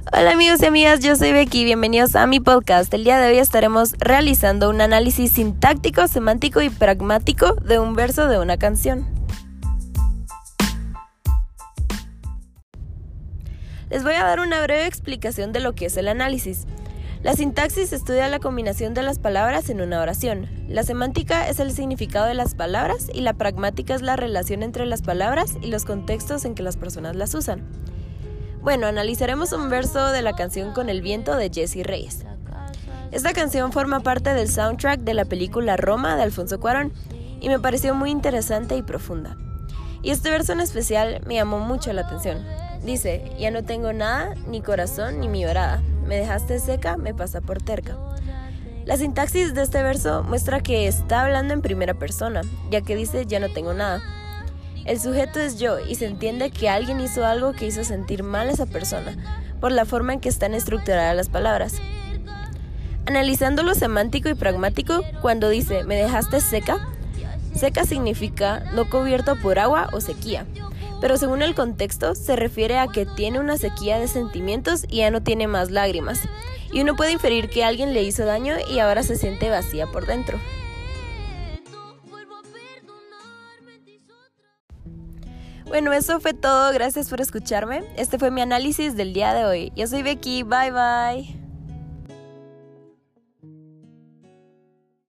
Hola amigos y amigas, yo soy Becky, bienvenidos a mi podcast. El día de hoy estaremos realizando un análisis sintáctico, semántico y pragmático de un verso de una canción. Les voy a dar una breve explicación de lo que es el análisis. La sintaxis estudia la combinación de las palabras en una oración. La semántica es el significado de las palabras y la pragmática es la relación entre las palabras y los contextos en que las personas las usan. Bueno, analizaremos un verso de la canción Con el viento de Jessy Reyes. Esta canción forma parte del soundtrack de la película Roma de Alfonso Cuarón y me pareció muy interesante y profunda. Y este verso en especial me llamó mucho la atención. Dice: ya no tengo nada, ni corazón, ni mi llorada. Me dejaste seca, me pasa por terca. La sintaxis de este verso muestra que está hablando en primera persona, ya que dice ya no tengo nada. El sujeto es yo y se entiende que alguien hizo algo que hizo sentir mal a esa persona, por la forma en que están estructuradas las palabras. Analizando lo semántico y pragmático, cuando dice me dejaste seca, seca significa no cubierto por agua o sequía, pero según el contexto se refiere a que tiene una sequía de sentimientos y ya no tiene más lágrimas, y uno puede inferir que alguien le hizo daño y ahora se siente vacía por dentro. Bueno, eso fue todo, gracias por escucharme. Este fue mi análisis del día de hoy. Yo soy Becky, bye bye.